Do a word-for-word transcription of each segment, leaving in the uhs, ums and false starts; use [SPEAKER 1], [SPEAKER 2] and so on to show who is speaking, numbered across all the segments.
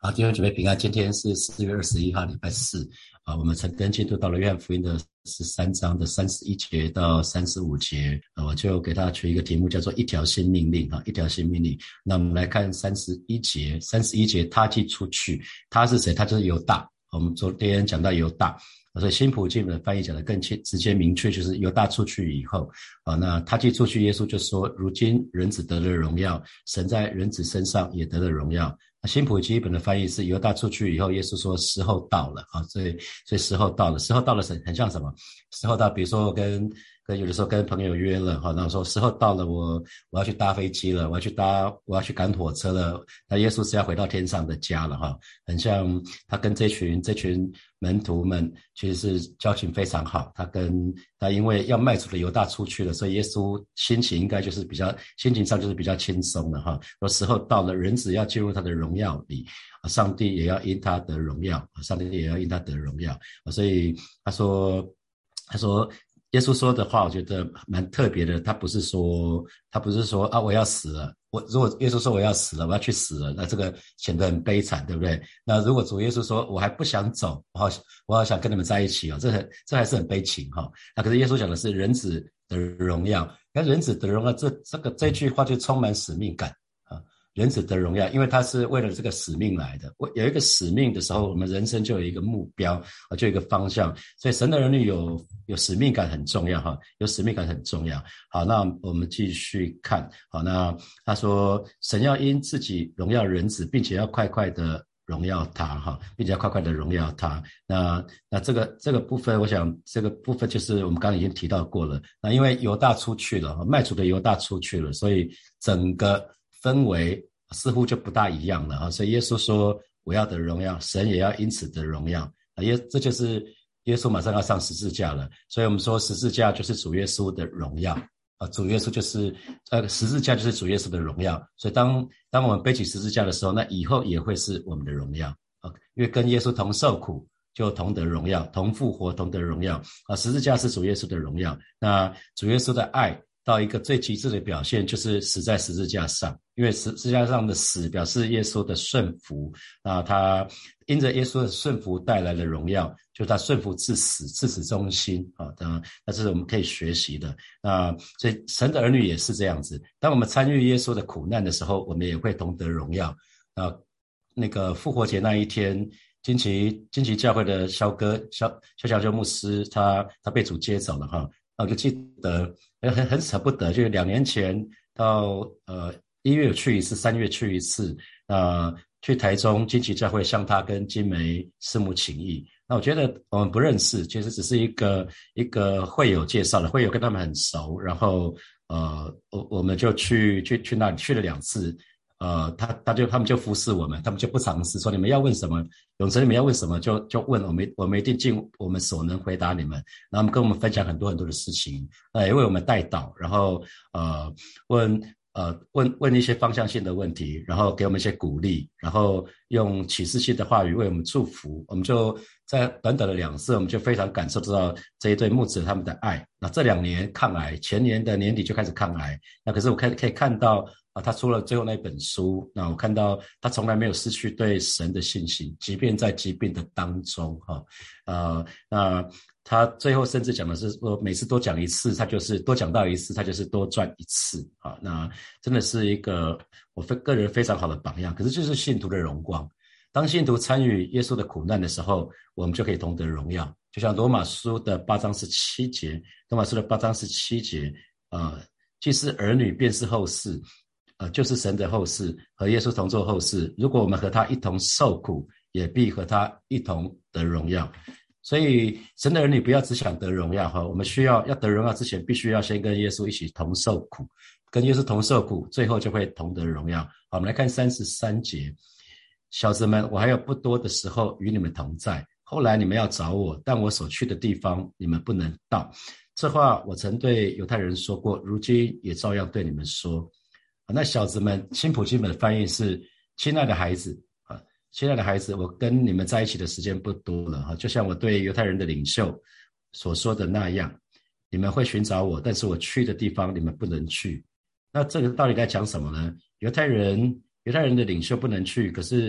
[SPEAKER 1] 好，弟兄姐妹平安。今天是四月二十一号，礼拜四。啊，我们曾跟进度到了约翰福音的十三章的三十一节到三十五节。啊，我就给大家取一个题目，叫做一条新命令。啊，一条新命令。那我们来看三十一节，三十一节，他既出去，他是谁？他就是犹大。我们昨天讲到犹大，所以新普金的翻译讲得更直接明确，就是犹大出去以后，啊，那他既出去，耶稣就说：如今人子得了荣耀，神在人子身上也得了荣耀。新普基本的翻译是犹大出去以后，耶稣说时候到了啊，所以所以时候到了，时候到了很很像什么？时候到，比如说我跟跟有的时候跟朋友约了哈，然后说时候到了，我我要去搭飞机了，我要去搭我要去赶火车了。那耶稣是要回到天上的家了哈，很像他跟这群这群门徒们其实是交情非常好。他跟他因为要卖主的犹大出去了，所以耶稣心情应该就是比较心情上就是比较轻松的哈。说时候到了，人子要进入他的荣耀里，上帝也要因他得荣耀，上帝也要因他得荣耀。所以他说他说耶稣说的话我觉得蛮特别的，他不是说他不是说啊我要死了，我如果耶稣说我要死了，我要去死了，那这个显得很悲惨，对不对？那如果主耶稣说我还不想走，我好我好想跟你们在一起哦，这很这还是很悲情哈、哦。那可是耶稣讲的是人子的荣耀，那人子的荣耀这这个这句话就充满使命感啊。人子的荣耀，因为他是为了这个使命来的。有一个使命的时候，我们人生就有一个目标，就有一个方向。所以神的儿女有有使命感很重要哈，有使命感很重要。好，那我们继续看。好，那他说神要因自己荣耀人子，并且要快快的荣耀他哈，并且要快快的荣耀他。那那这个这个部分，我想这个部分就是我们刚刚已经提到过了。那因为犹大出去了，卖主的犹大出去了，所以整个氛围似乎就不大一样了，所以耶稣说我要得荣耀，神也要因此得荣耀。耶，这就是耶稣马上要上十字架了，所以我们说十字架就是主耶稣的荣耀。主耶稣就是呃，十字架就是主耶稣的荣耀。所以当当我们背起十字架的时候，那以后也会是我们的荣耀，因为跟耶稣同受苦就同得荣耀，同复活同得荣耀。十字架是主耶稣的荣耀。那主耶稣的爱到一个最极致的表现，就是死在十字架上，因为十字架上的死表示耶稣的顺服，那他因着耶稣的顺服带来了荣耀，就是他顺服至死，至死忠心啊。那那这是我们可以学习的。那所以神的儿女也是这样子，当我们参与耶稣的苦难的时候，我们也会同得荣耀。啊，那个复活节那一天，金旗金旗教会的肖哥肖肖小修牧师，他他被主接走了哈。我就记得很很舍不得，就是两年前到呃一月有去一次，三月去一次，呃去台中金旗教会向他跟金梅师母请益。那我觉得我们不认识，其实只是一个一个会友介绍的，会友跟他们很熟，然后呃我我们就去去去那里去了两次。呃，他他就他们就服侍我们，他们就不尝试说你们要问什么，永成你们要问什么就就问，我们我们一定尽我们所能回答你们。然后他们跟我们分享很多很多的事情，呃，也为我们带导，然后呃问呃问问一些方向性的问题，然后给我们一些鼓励，然后用启示性的话语为我们祝福。我们就在短短的两次，我们就非常感受到这一对牧者他们的爱。那这两年抗癌，前年的年底就开始抗癌，那可是我可以可以看到。啊，他出了最后那本书，那我看到他从来没有失去对神的信心，即便在疾病的当中哈。呃，那他最后甚至讲的是说，每次多讲一次，他就是多讲到一次，他就是多赚一次啊。那真的是一个我个人非常好的榜样。可是就是信徒的荣光，当信徒参与耶稣的苦难的时候，我们就可以同得荣耀。就像罗马书的八章十七节，罗马书的八章十七节，呃，既是儿女，便是后嗣。呃，就是神的后嗣，和耶稣同作后嗣。如果我们和他一同受苦，也必和他一同得荣耀。所以神的儿女不要只想得荣耀哈，我们需要要得荣耀之前，必须要先跟耶稣一起同受苦，跟耶稣同受苦，最后就会同得荣耀。好，我们来看三十三节，小子们，我还有不多的时候与你们同在，后来你们要找我，但我所去的地方你们不能到。这话我曾对犹太人说过，如今也照样对你们说。那小子们，新普金本的翻译是亲爱的孩子啊，亲爱的孩子，我跟你们在一起的时间不多了哈，就像我对犹太人的领袖所说的那样，你们会寻找我，但是我去的地方你们不能去。那这个到底在讲什么呢？犹太人犹太人的领袖不能去，可是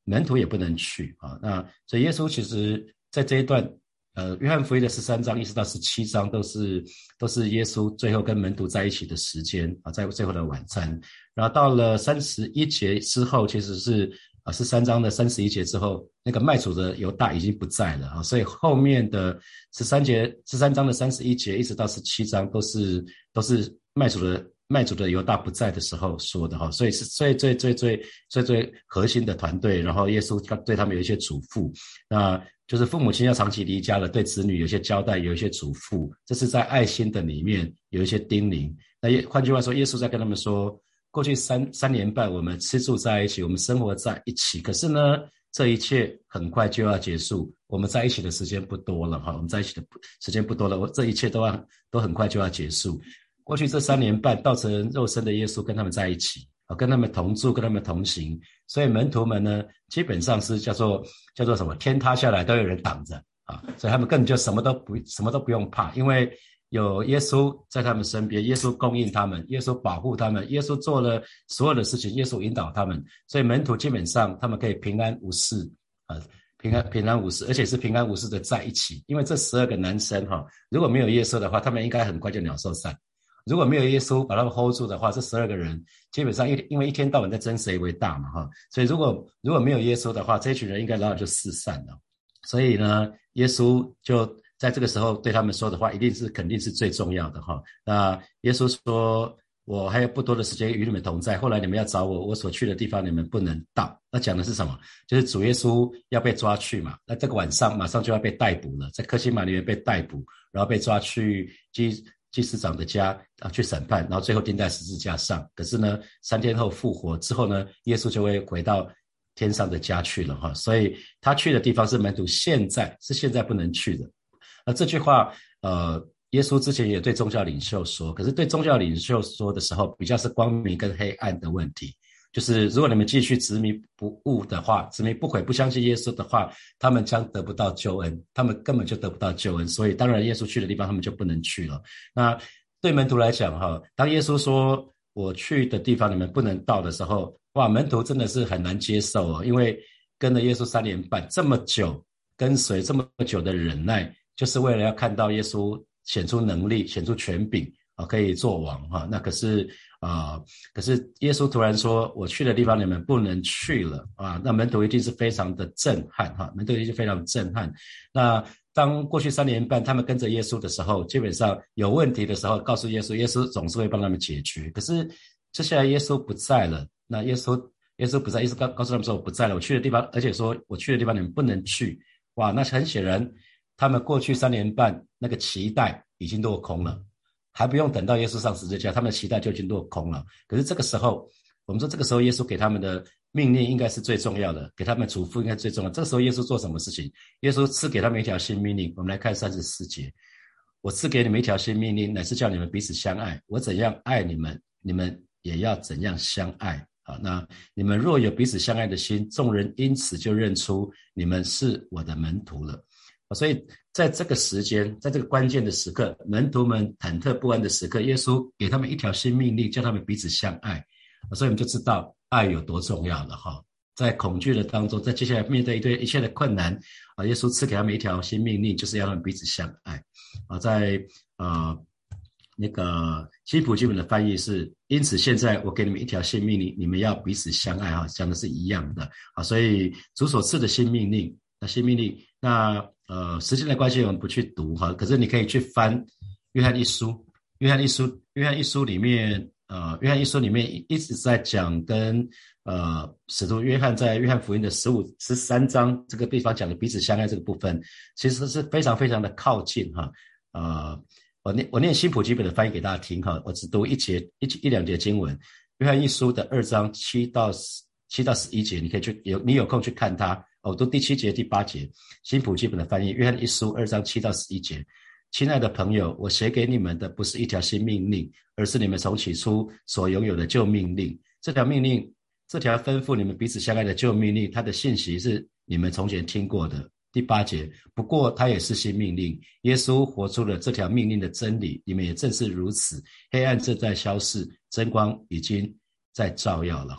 [SPEAKER 1] 门徒也不能去啊。那所以耶稣其实在这一段呃，约翰福音的十三章一直到十七章都是都是耶稣最后跟门徒在一起的时间啊，在最后的晚餐。然后到了三十一节之后，其实是啊十三章的三十一节之后，那个卖主的犹大已经不在了啊，所以后面的十三节十三章的三十一节一直到十七章都是都是卖主的卖主的犹大不在的时候说的哈，所以是最最最最最最核心的团队，然后耶稣对他们有一些嘱咐，那就是父母亲要长期离家了，对子女有些交代，有一些嘱咐，这是在爱心的里面有一些叮咛。那换句话说，耶稣在跟他们说，过去三三年半我们吃住在一起，我们生活在一起，可是呢，这一切很快就要结束，我们在一起的时间不多了哈，我们在一起的时间不多了，这一切都要都很快就要结束。过去这三年半，道成肉身的耶稣跟他们在一起，跟他们同住，跟他们同行，所以门徒们呢，基本上是叫做叫做什么，天塌下来都有人挡着啊，所以他们根本就什么都不什么都不用怕，因为有耶稣在他们身边，耶稣供应他们，耶稣保护他们，耶稣做了所有的事情，耶稣引导他们，所以门徒基本上他们可以平安无事啊，平安平安无事，而且是平安无事的在一起。因为这十二个男生哈，如果没有耶稣的话，他们应该很快就鸟兽散。如果没有耶稣把他们 hold 住的话，这十二个人基本上因为一天到晚在争谁为大嘛哈，所以如果如果没有耶稣的话，这一群人应该老早就四散了。所以呢，耶稣就在这个时候对他们说的话，一定是肯定是最重要的哈。那耶稣说，我还有不多的时间与你们同在，后来你们要找我，我所去的地方你们不能到。那讲的是什么？就是主耶稣要被抓去嘛，那这个晚上马上就要被逮捕了，在客西马里面被逮捕，然后被抓去基祭司长的家啊去审判，然后最后钉在十字架上。可是呢，三天后复活之后呢，耶稣就会回到天上的家去了哈。所以他去的地方是门徒现在是现在不能去的。那这句话呃，耶稣之前也对宗教领袖说，可是对宗教领袖说的时候，比较是光明跟黑暗的问题。就是如果你们继续执迷不悟的话，执迷不悔，不相信耶稣的话，他们将得不到救恩，他们根本就得不到救恩。所以当然耶稣去的地方他们就不能去了。那对门徒来讲哈，当耶稣说我去的地方你们不能到的时候，哇，门徒真的是很难接受哦，因为跟了耶稣三年半这么久，跟随这么久的忍耐，就是为了要看到耶稣显出能力，显出权柄啊，可以做王哈。那可是啊、呃，可是耶稣突然说我去的地方你们不能去了啊，那门徒一定是非常的震撼哈，门徒一定是非常震撼。那当过去三年半他们跟着耶稣的时候，基本上有问题的时候告诉耶稣，耶稣总是会帮他们解决。可是接下来耶稣不在了，那耶稣耶稣不在，耶稣告告诉他们说我不在了，我去的地方，而且说我去的地方你们不能去。哇，那很显然他们过去三年半那个期待已经落空了，还不用等到耶稣上十字架，他们的期待就已经落空了。可是这个时候，我们说这个时候耶稣给他们的命令应该是最重要的，给他们嘱咐应该是最重要的。这个时候耶稣做什么事情？耶稣赐给他们一条新命令，我们来看三十四节。我赐给你们一条新命令，乃是叫你们彼此相爱。我怎样爱你们，你们也要怎样相爱。好，那你们若有彼此相爱的心，众人因此就认出你们是我的门徒了。所以在这个时间，在这个关键的时刻，门徒们忐忑不安的时刻，耶稣给他们一条新命令，叫他们彼此相爱。所以我们就知道爱有多重要了哈。在恐惧的当中，在接下来面对一堆一切的困难啊，耶稣赐给他们一条新命令，就是要他们彼此相爱啊。在呃那个新普基本的翻译是，因此现在我给你们一条新命令，你们要彼此相爱哈，讲的是一样的啊。所以主所赐的新命令，那新命令，那呃时间的关系我们不去读哈，可是你可以去翻约翰一书，约翰一书，约翰一书里面。呃，约翰一书里面一直在讲跟呃使徒约翰在约翰福音的十五十三章这个地方讲的彼此相爱这个部分，其实是非常非常的靠近哈。呃，我念我念新普基本的翻译给大家听哈，我只读一节一一两节经文，约翰一书的二章七到七到十一节，你可以去有你有空去看它。我读第七节第八节，新普基本的翻译，约翰一书二章七到十一节。亲爱的朋友，我写给你们的不是一条新命令，而是你们从起初所拥有的旧命令。这条命令，这条吩咐你们彼此相爱的旧命令，它的信息是你们从前听过的。第八节，不过它也是新命令，耶稣活出了这条命令的真理，你们也正是如此。黑暗正在消逝，真光已经在照耀了哈。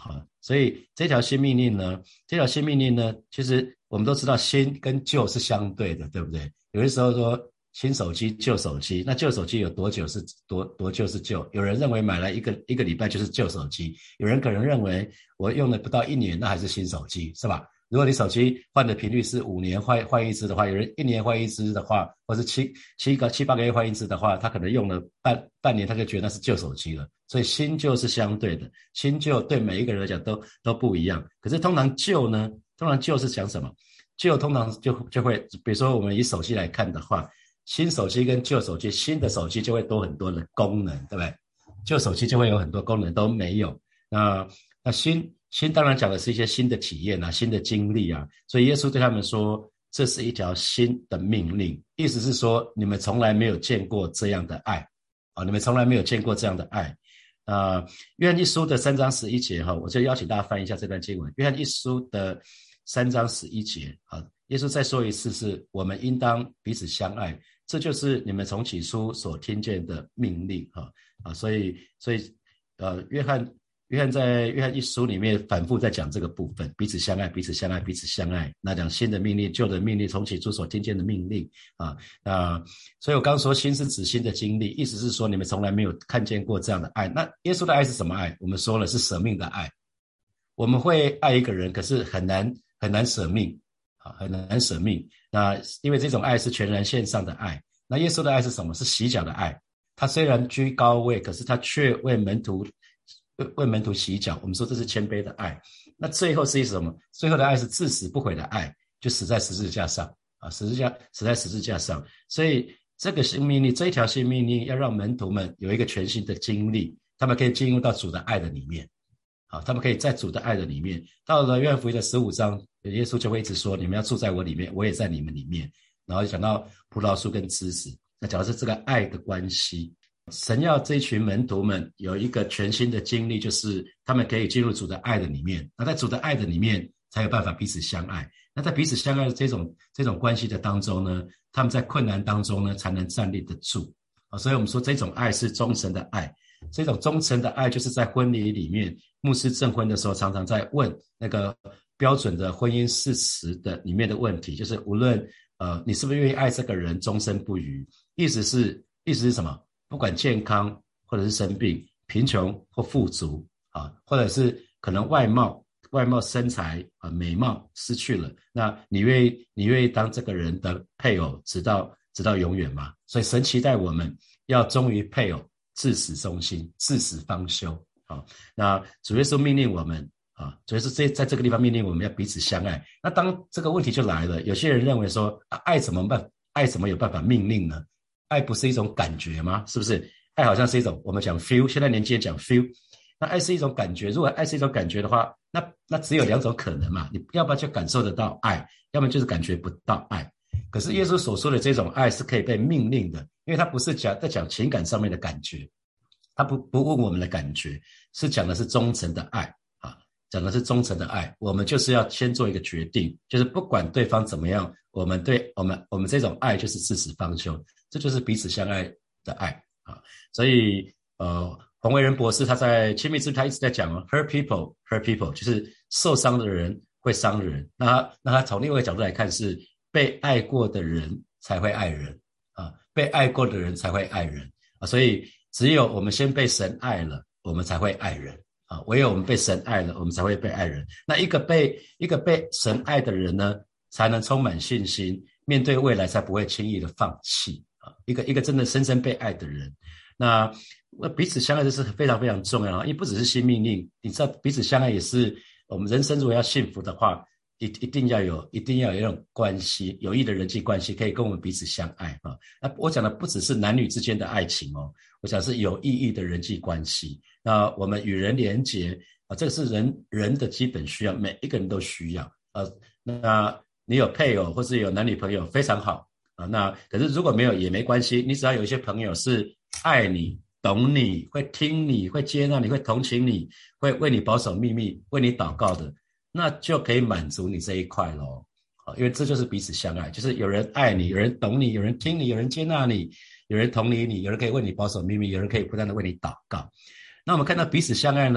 [SPEAKER 1] 所以这条新命令呢，这条新命令呢，其实我们都知道新跟旧是相对的，对不对？有的时候说新手机旧手机，那旧手机有多久是多多旧是旧？有人认为买了一个一个礼拜就是旧手机，有人可能认为我用了不到一年那还是新手机，是吧？如果你手机换的频率是五年换换一支的话，有人一年换一支的话，或是七七个七八个月换一支的话，他可能用了半半年，他就觉得那是旧手机了。所以新旧是相对的，新旧对每一个人来讲都都不一样。可是通常旧呢，通常旧是讲什么？旧通常就就会，比如说我们以手机来看的话，新手机跟旧手机，新的手机就会多很多的功能，对不对？旧手机就会有很多功能都没有。那那新新当然讲的是一些新的体验啊，新的经历啊，所以耶稣对他们说，这是一条新的命令，意思是说你们从来没有见过这样的爱啊，你们从来没有见过这样的爱。呃，约翰一书的三章十一节哈，我就邀请大家翻一下这段经文。约翰一书的三章十一节啊，耶稣再说一次是我们应当彼此相爱，这就是你们从起初所听见的命令哈啊，所以所以呃，约翰。约翰在约翰一书里面反复在讲这个部分，彼此相爱，彼此相爱，彼此相爱。那讲新的命令，旧的命令，从起初所听见的命令啊。那所以我刚刚说新是指新的经历，意思是说你们从来没有看见过这样的爱。那耶稣的爱是什么爱？我们说了是舍命的爱。我们会爱一个人，可是很难很难舍命啊，很难舍命。那因为这种爱是全然献上的爱。那耶稣的爱是什么？是洗脚的爱。他虽然居高位，可是他却为门徒。为为门徒洗脚，我们说这是谦卑的爱。那最后是一什么？最后的爱是至死不悔的爱，就死在十字架上啊！十字架死在十字架上。所以这个新命令，这一条新命令要让门徒们有一个全新的经历，他们可以进入到主的爱的里面。好，他们可以在主的爱的里面。到了约翰福音的十五章，耶稣就会一直说：你们要住在我里面，我也在你们里面。然后讲到葡萄树跟枝子，那讲的是这个爱的关系。神要这群门徒们有一个全新的经历，就是他们可以进入主的爱的里面。那在主的爱的里面，才有办法彼此相爱。那在彼此相爱的这种这种关系的当中呢，他们在困难当中呢，才能站立得住。啊，所以我们说这种爱是忠诚的爱。这种忠诚的爱，就是在婚礼里面，牧师证婚的时候，常常在问那个标准的婚姻誓词的里面的问题，就是无论呃你是不是愿意爱这个人终身不渝。意思是意思是什么？不管健康或者是生病，贫穷或富足啊，或者是可能外貌、外貌身材啊美貌失去了，那你愿意你愿意当这个人的配偶，直到直到永远吗？所以神期待我们要忠于配偶，至死忠心，至死方休啊。那主耶稣命令我们啊，主耶稣在在这个地方命令我们要彼此相爱。那当这个问题就来了，有些人认为说，啊、爱怎么办？爱怎么有办法命令呢？爱不是一种感觉吗？是不是？爱好像是一种，我们讲 feel， 现在年轻人讲 feel， 那爱是一种感觉。如果爱是一种感觉的话，那那只有两种可能嘛，你要不然就感受得到爱，要么就是感觉不到爱。可是耶稣所说的这种爱是可以被命令的，因为他不是讲在讲情感上面的感觉，他不不问我们的感觉，是讲的是忠诚的爱啊，讲的是忠诚的爱。我们就是要先做一个决定，就是不管对方怎么样，我们对我们我们这种爱就是至死方休。这就是彼此相爱的爱啊，所以呃，洪维仁博士他在亲密之他一直在讲哦 ，hurt people hurt people， 就是受伤的人会伤人。那他那他从另外一个角度来看，是被爱过的人才会爱人啊，被爱过的人才会爱人啊，所以只有我们先被神爱了，我们才会爱人啊，唯有我们被神爱了，我们才会被爱人。那一个被一个被神爱的人呢，才能充满信心，面对未来才不会轻易的放弃。一个一个真的深深被爱的人，那彼此相爱这是非常非常重要，因为不只是新命令，你知道彼此相爱也是我们人生如果要幸福的话，一一定要有一定要有一种关系，有益的人际关系可以跟我们彼此相爱啊。那我讲的不只是男女之间的爱情哦，我讲是有意义的人际关系。那我们与人连结啊，这个是人人的基本需要，每一个人都需要啊。那你有配偶或是有男女朋友非常好。啊，那可是如果没有也没关系，你只要有一些朋友是爱你、懂你、会听你、会接纳你、会同情你、会为你保守秘密、为你祷告的，那就可以满足你这一块咯。因为这就是彼此相爱，就是有人爱你，有人懂你，有人听你，有人接纳你，有人同理你，有人可以为你保守秘密，有人可以不断的为你祷告。那我们看到彼此相爱呢，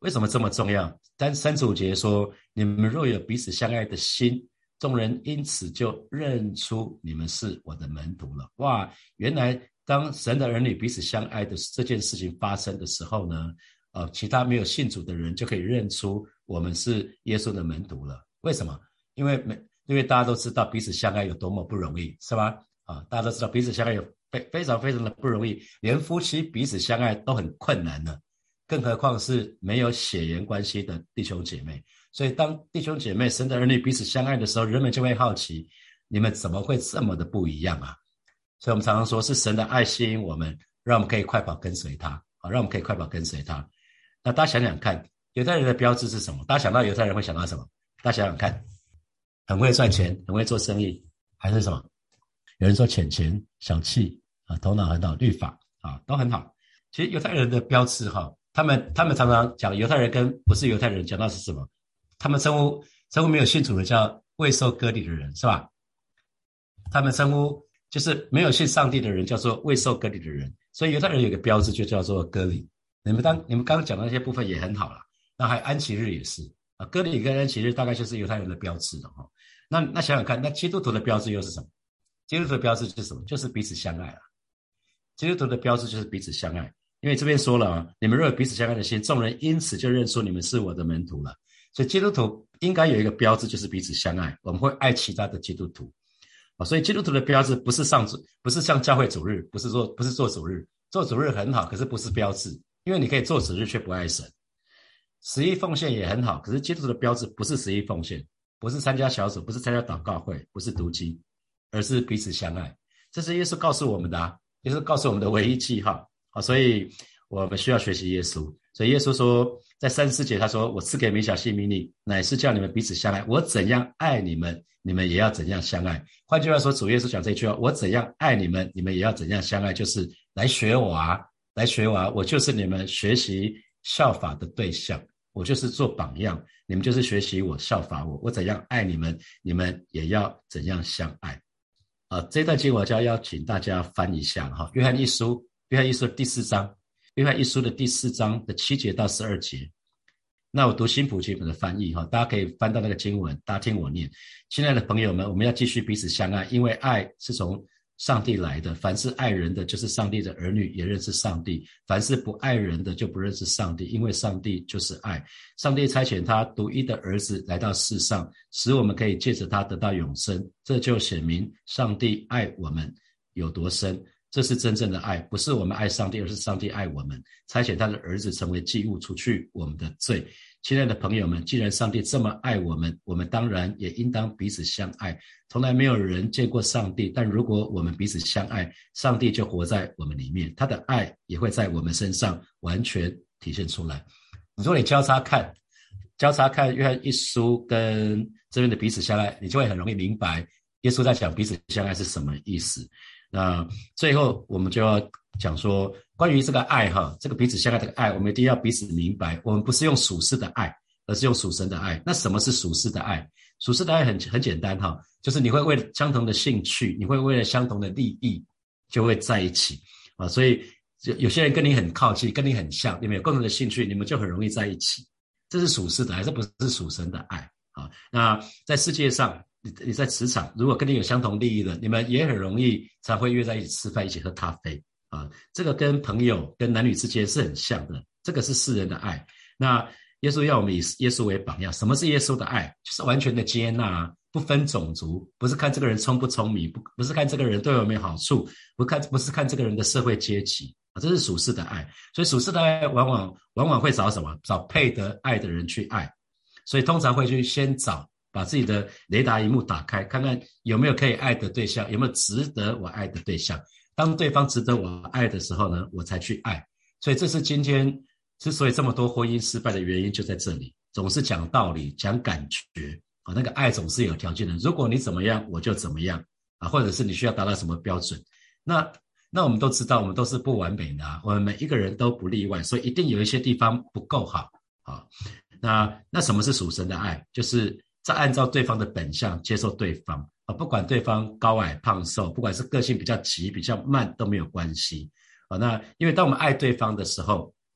[SPEAKER 1] 为什么这么重要？但三十五节说，你们若有彼此相爱的心，众人因此就认出你们是我的门徒了。哇，原来当神的儿女彼此相爱的这件事情发生的时候呢，呃，其他没有信主的人就可以认出我们是耶稣的门徒了。为什么？因为每因为大家都知道彼此相爱有多么不容易，是吧？啊，大家都知道彼此相爱有非非常非常的不容易，连夫妻彼此相爱都很困难了，更何况是没有血缘关系的弟兄姐妹。所以当弟兄姐妹神的儿女彼此相爱的时候，人们就会好奇，你们怎么会这么的不一样啊？所以我们常常说是神的爱吸引我们，让我们可以快跑跟随他，啊，让我们可以快跑跟随他。那大家想想看，犹太人的标志是什么？大家想到犹太人会想到什么？大家想想看，很会赚钱，很会做生意，还是什么？有人说钱钱小气啊，头脑很好，律法啊都很好。其实犹太人的标志哈，他们他们常常讲犹太人跟不是犹太人讲到是什么？他们称呼称呼没有信主的叫未受割礼的人，是吧？他们称呼就是没有信上帝的人叫做未受割礼的人。所以犹太人有一个标志就叫做割礼。你们当你们刚刚讲的那些部分也很好啦，那还安息日也是啊，割礼跟安息日大概就是犹太人的标志了哈。那那想想看，那基督徒的标志又是什么？基督徒的标志是什么？就是彼此相爱啊。基督徒的标志就是彼此相爱，因为这边说了啊，你们若有彼此相爱的心，众人因此就认出你们是我的门徒了。所以基督徒应该有一个标志，就是彼此相爱，我们会爱其他的基督徒。所以基督徒的标志不是上主，不是像教会主日，不是做不是做主日，做主日很好，可是不是标志，因为你可以做主日却不爱神。十一奉献也很好，可是基督徒的标志不是十一奉献，不是参加小组，不是参加祷告会，不是读经，而是彼此相爱。这是耶稣告诉我们的啊，耶稣告诉我们的唯一记号啊，所以我们需要学习耶稣。所以耶稣说，在三十四节他说，我赐给你们小新命令，乃是叫你们彼此相爱，我怎样爱你们，你们也要怎样相爱。换句话说，主耶稣讲这句话，我怎样爱你们，你们也要怎样相爱，就是来学我啊，来学我啊，我就是你们学习效法的对象，我就是做榜样，你们就是学习我，效法我，我怎样爱你们，你们也要怎样相爱。啊，这段经文我就要邀请大家翻一下哈，约翰一书，约翰一书第四章，约翰一书的第四章的七节到十二节。那我读新普京本的翻译哈，大家可以翻到那个经文，大家听我念。亲爱的朋友们，我们要继续彼此相爱，因为爱是从上帝来的，凡是爱人的就是上帝的儿女，也认识上帝；凡是不爱人的就不认识上帝，因为上帝就是爱。上帝差遣他独一的儿子来到世上，使我们可以借着他得到永生，这就显明上帝爱我们有多深。这是真正的爱，不是我们爱上帝，而是上帝爱我们，差遣他的儿子成为祭物，除去我们的罪。亲爱的朋友们，既然上帝这么爱我们，我们当然也应当彼此相爱。从来没有人见过上帝，但如果我们彼此相爱，上帝就活在我们里面，他的爱也会在我们身上完全体现出来。你说你交叉看，交叉看约翰一书跟这边的彼此相爱，你就会很容易明白耶稣在讲彼此相爱是什么意思。那最后我们就要讲说，关于这个爱哈，这个彼此相爱这个爱，我们一定要彼此明白，我们不是用属世的爱，而是用属神的爱。那什么是属世的爱？属世的爱很很简单哈，就是你会为了相同的兴趣，你会为了相同的利益，就会在一起啊。所以有些人跟你很靠近，跟你很像，你们有共同的兴趣，你们就很容易在一起。这是属世的爱，这不是属神的爱啊。那在世界上，你你在职场，如果跟你有相同利益的，你们也很容易常会约在一起吃饭，一起喝咖啡啊。这个跟朋友、跟男女之间是很像的，这个是世人的爱。那耶稣要我们以耶稣为榜样，什么是耶稣的爱？就是完全的接纳，不分种族，不是看这个人聪不聪明，不不是看这个人对我有没有好处，不看不是看这个人的社会阶级啊，这是属世的爱。所以属世的爱往往往往会找什么？找配得爱的人去爱。所以通常会去先找。把自己的雷达萤幕打开，看看有没有可以爱的对象，有没有值得我爱的对象。当对方值得我爱的时候呢，我才去爱。所以这是今天之所以这么多婚姻失败的原因，就在这里，总是讲道理，讲感觉啊，那个爱总是有条件的。如果你怎么样，我就怎么样啊，或者是你需要达到什么标准，那那我们都知道，我们都是不完美的啊，我们每一个人都不例外，所以一定有一些地方不够好啊。那那什么是属神的爱？就是再按照对方的本相接受对方啊，不管对方高矮胖瘦，不管是个性比较急比较慢都没有关系啊。那因为当我们爱对方的时候，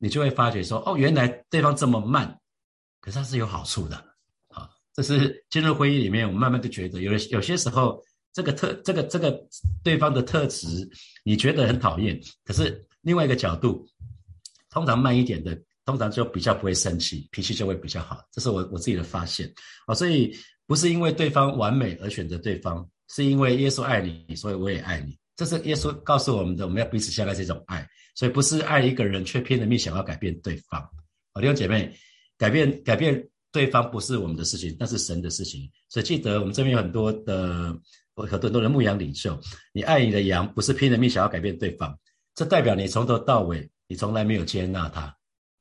[SPEAKER 1] 你就会发觉说，哦，原来对方这么慢，可是它是有好处的。啊，这是进入婚姻里面，我们慢慢就觉得，有的有些时候，这个特这个这个对方的特质，你觉得很讨厌，可是另外一个角度，通常慢一点的，通常就比较不会生气，脾气就会比较好。这是我我自己的发现。啊，所以不是因为对方完美而选择对方，是因为耶稣爱你，所以我也爱你。这是耶稣告诉我们的，我们要彼此相爱这种爱。所以不是爱一个人却拼了命想要改变对方。啊，弟兄姐妹，改变改变对方不是我们的事情，那是神的事情。所以记得我们这边有很多的很多的牧羊领袖，你爱你的羊不是拼了命想要改变对方，这代表你从头到尾你从来没有接纳他。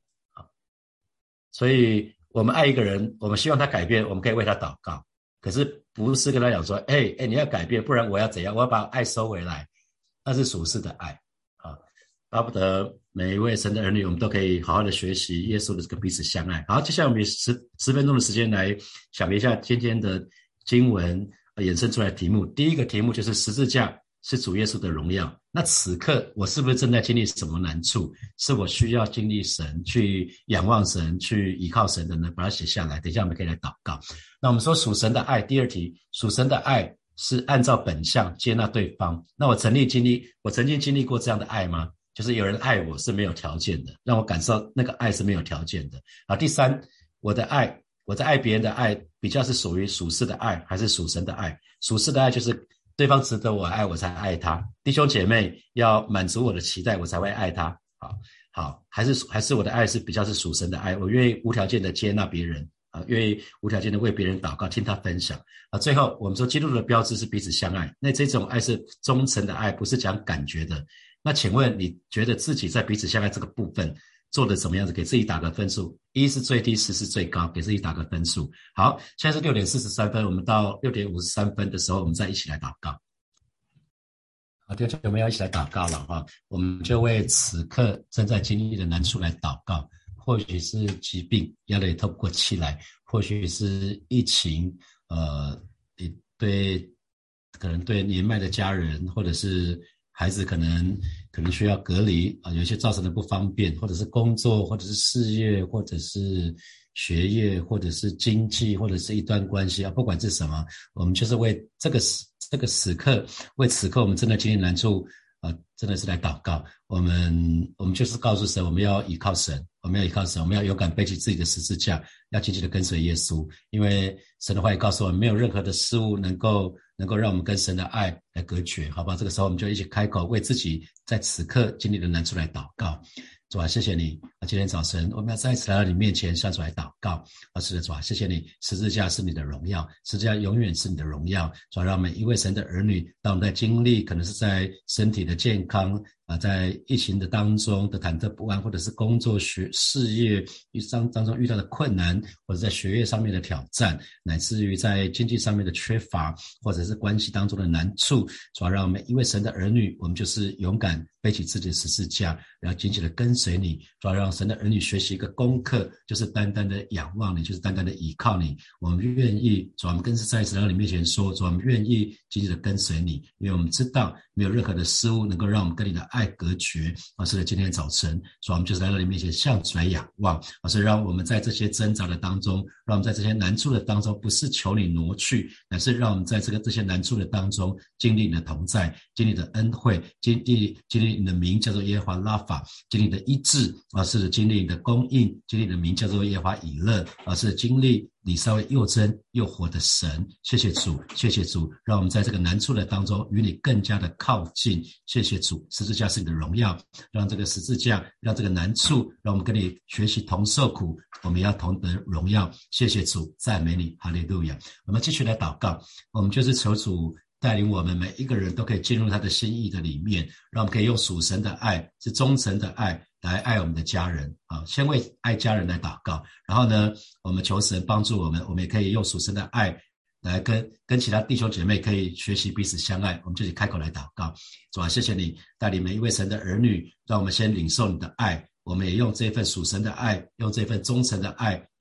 [SPEAKER 1] 所以我们爱一个人，我们希望他改变，我们可以为他祷告，可是不是跟他讲说，哎哎，你要改变，不然我要怎样，我要把爱收回来。那是属世的爱。啊，巴不得每一位神的儿女，我们都可以好好的学习耶稣的这个彼此相爱。好，接下来我们十十分钟的时间来想一下今天的经文衍生出来的题目。第一个题目就是十字架是主耶稣的荣耀。那此刻我是不是正在经历什么难处？是我需要经历神，去仰望神，去依靠神的呢？把它写下来，等一下我们可以来祷告。那我们说属神的爱，第二题，属神的爱是按照本相接纳对方。那我曾经经历，我曾经经历过这样的爱吗？就是有人爱我是没有条件的，让我感受那个爱是没有条件的。啊，第三，我的爱，我在爱别人的爱比较是属于属世的爱，还是属神的爱？属世的爱就是对方值得我爱，我才爱他。弟兄姐妹要满足我的期待，我才会爱他。好，好，还是还是我的爱是比较是属神的爱，我愿意无条件的接纳别人。啊，愿意无条件的为别人祷告，听他分享。啊，最后我们说基督徒的标志是彼此相爱，那这种爱是忠诚的爱，不是讲感觉的。那请问你觉得自己在彼此相爱这个部分做得怎么样子？给自己打个分数，一是最低，十是最高，给自己打个分数。好，现在是六点四十三分，我们到六点五十三分的时候，我们再一起来祷告。好，弟兄姐妹要一起来祷告了哈，我们就为此刻正在经历的难处来祷告。或许是疾病压力透不过气来，或许是疫情，呃，对，可能对年迈的家人，或者是孩子可能可能需要隔离啊，有一些造成的不方便，或者是工作，或者是事业，或者是学业，或者是经济，或者是一段关系啊，不管是什么，我们就是为这个时这个时刻，为此刻我们真的经历难处。啊，真的是来祷告。我们我们就是告诉神，我们要依靠神，我们要依靠神，我们要勇敢背起自己的十字架，要紧紧的跟随耶稣。因为神的话也告诉我们，没有任何的事物能够能够让我们跟神的爱来隔绝，好吧？这个时候我们就一起开口，为自己在此刻经历的难处来祷告。主啊，谢谢你啊！今天早晨我们要再一次来到你面前，向主来祷告。啊，是的，主啊，谢谢你，十字架是你的荣耀，十字架永远是你的荣耀。主啊，让每一位神的儿女，当我们在经历，可能是在身体的健康啊，在疫情的当中的忐忑不安，或者是工作学事业当当中遇到的困难，或者在学业上面的挑战，乃至于在经济上面的缺乏，或者是关系当中的难处。主啊，让每一位神的儿女，我们就是勇敢背起自己的十字架，然后紧紧的跟随你。主要让神的儿女学习一个功课，就是单单的仰望你，就是单单的依靠你。我们愿意，主要我们更是在一次来到你面前说，主要我们愿意紧紧的跟随你，因为我们知道没有任何的事物能够让我们跟你的爱隔绝。啊，是的，今天早晨，主要我们就是来到你面前向主来仰望。啊，所以让我们在这些挣扎的当中，让我们在这些难处的当中，不是求你挪去，乃是让我们在这个这些难处的当中，经历你的同在，经历你的恩惠，经历经历你的名叫做耶和华拉法，经历你的医治，啊，是经历你的供应，经历你的名叫做耶和华以勒，啊，是经历你稍微又真又活的神。谢谢主，谢谢主，让我们在这个难处的当中与你更加的靠近。谢谢主，十字架是你的荣耀，让这个十字架，让这个难处，让我们跟你学习同受苦，我们要同得荣耀。谢谢主，赞美你，哈利路亚。我们继续来祷告，我们就是求主带领我们每一个人都可以进入他的心意的里面，让我们可以用属神的爱，是忠诚的爱来爱我们的家人啊，先为爱家人来祷告，然后呢，我们求神帮助我们，我们也可以用属神的爱来跟跟其他弟兄姐妹可以学习彼此相爱。我们就开口来祷告。主啊，谢谢你带领每一位神的儿女，让我们先领受你的爱，我们也用这份属神的爱，用这份忠诚的爱来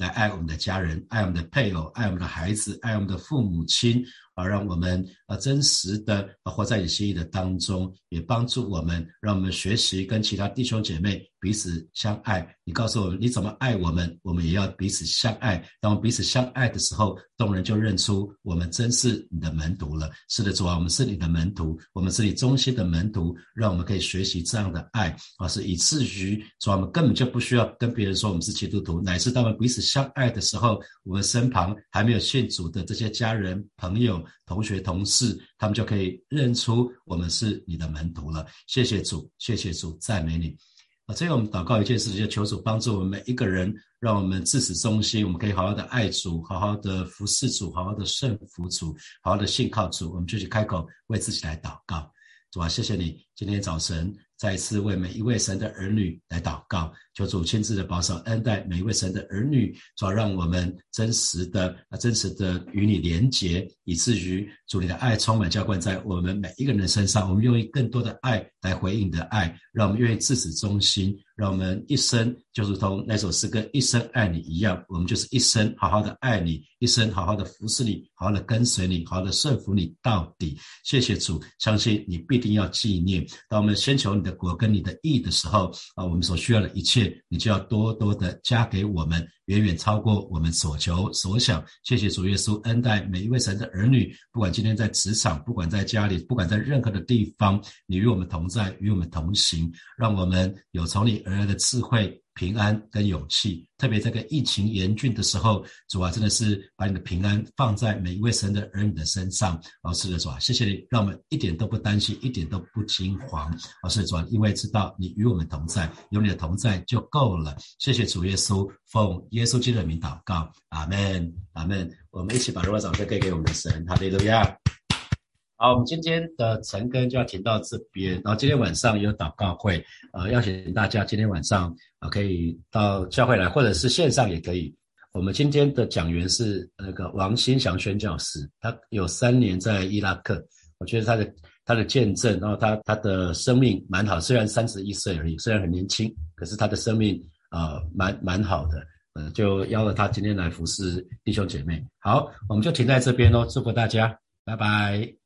[SPEAKER 1] 来爱我们的家人，爱我们的配偶，爱我们的孩子，爱我们的父母亲啊，让我们啊真实的啊活在你心意的当中，也帮助我们，让我们学习跟其他弟兄姐妹彼此相爱。你告诉我们你怎么爱我们，我们也要彼此相爱。当我们彼此相爱的时候，众人就认出我们真是你的门徒了。是的，主啊，我们是你的门徒，我们是你忠心的门徒，让我们可以学习这样的爱啊，是以至于主啊，我们根本就不需要跟别人说我们是基督徒，乃是当我们彼此相爱的时候，我们身旁还没有信主的这些家人、朋友、同学、同事，他们就可以认出我们是你的门徒了。谢谢主，谢谢主，赞美你。啊，最后我们祷告一件事情，就求主帮助我们每一个人，让我们自始忠心，我们可以好好的爱主，好好的服侍主，好好的顺服主，好好的信靠主。我们就去开口为自己来祷告。主啊，谢谢你今天早晨再一次为每一位神的儿女来祷告，求主亲自的保守恩待每一位神的儿女，主要让我们真实的真实的与你连结，以至于主你的爱充满浇灌在我们每一个人的身上，我们愿意更多的爱来回应你的爱，让我们愿意自始忠心，让我们一生就如同那首诗歌一生爱你一样，我们就是一生好好的爱你，一生好好的服侍你，好好的跟随你，好好的顺服你到底。谢谢主，相信你必定要纪念，当我们先求你的国跟你的义的时候啊，我们所需要的一切你就要多多的加给我们，远远超过我们所求所想。谢谢主耶稣恩待每一位神的儿女，不管今天在职场，不管在家里，不管在任何的地方，你与我们同在，与我们同行，让我们有从你而来的智慧、平安跟勇气。特别这个疫情严峻的时候，主啊，真的是把你的平安放在每一位神的儿女的身上。哦，是的，主啊，谢谢你让我们一点都不担心，一点都不惊惶。哦，是的，主啊，因为知道你与我们同在，有你的同在就够了。谢谢主耶稣，奉耶稣基督的名祷告，阿们，阿们。我们一起把荣耀掌声给给我们的神，哈利路亚。好，我们今天的晨更就要停到这边，然后今天晚上有祷告会，呃，邀请大家今天晚上呃可以到教会来，或者是线上也可以。我们今天的讲员是那个王新祥宣教士，他有三年在伊拉克，我觉得他的他的见证，然后他他的生命蛮好，虽然三十一岁而已，虽然很年轻，可是他的生命呃蛮蛮好的，呃，就邀了他今天来服侍弟兄姐妹。好，我们就停在这边咯，祝福大家，拜拜。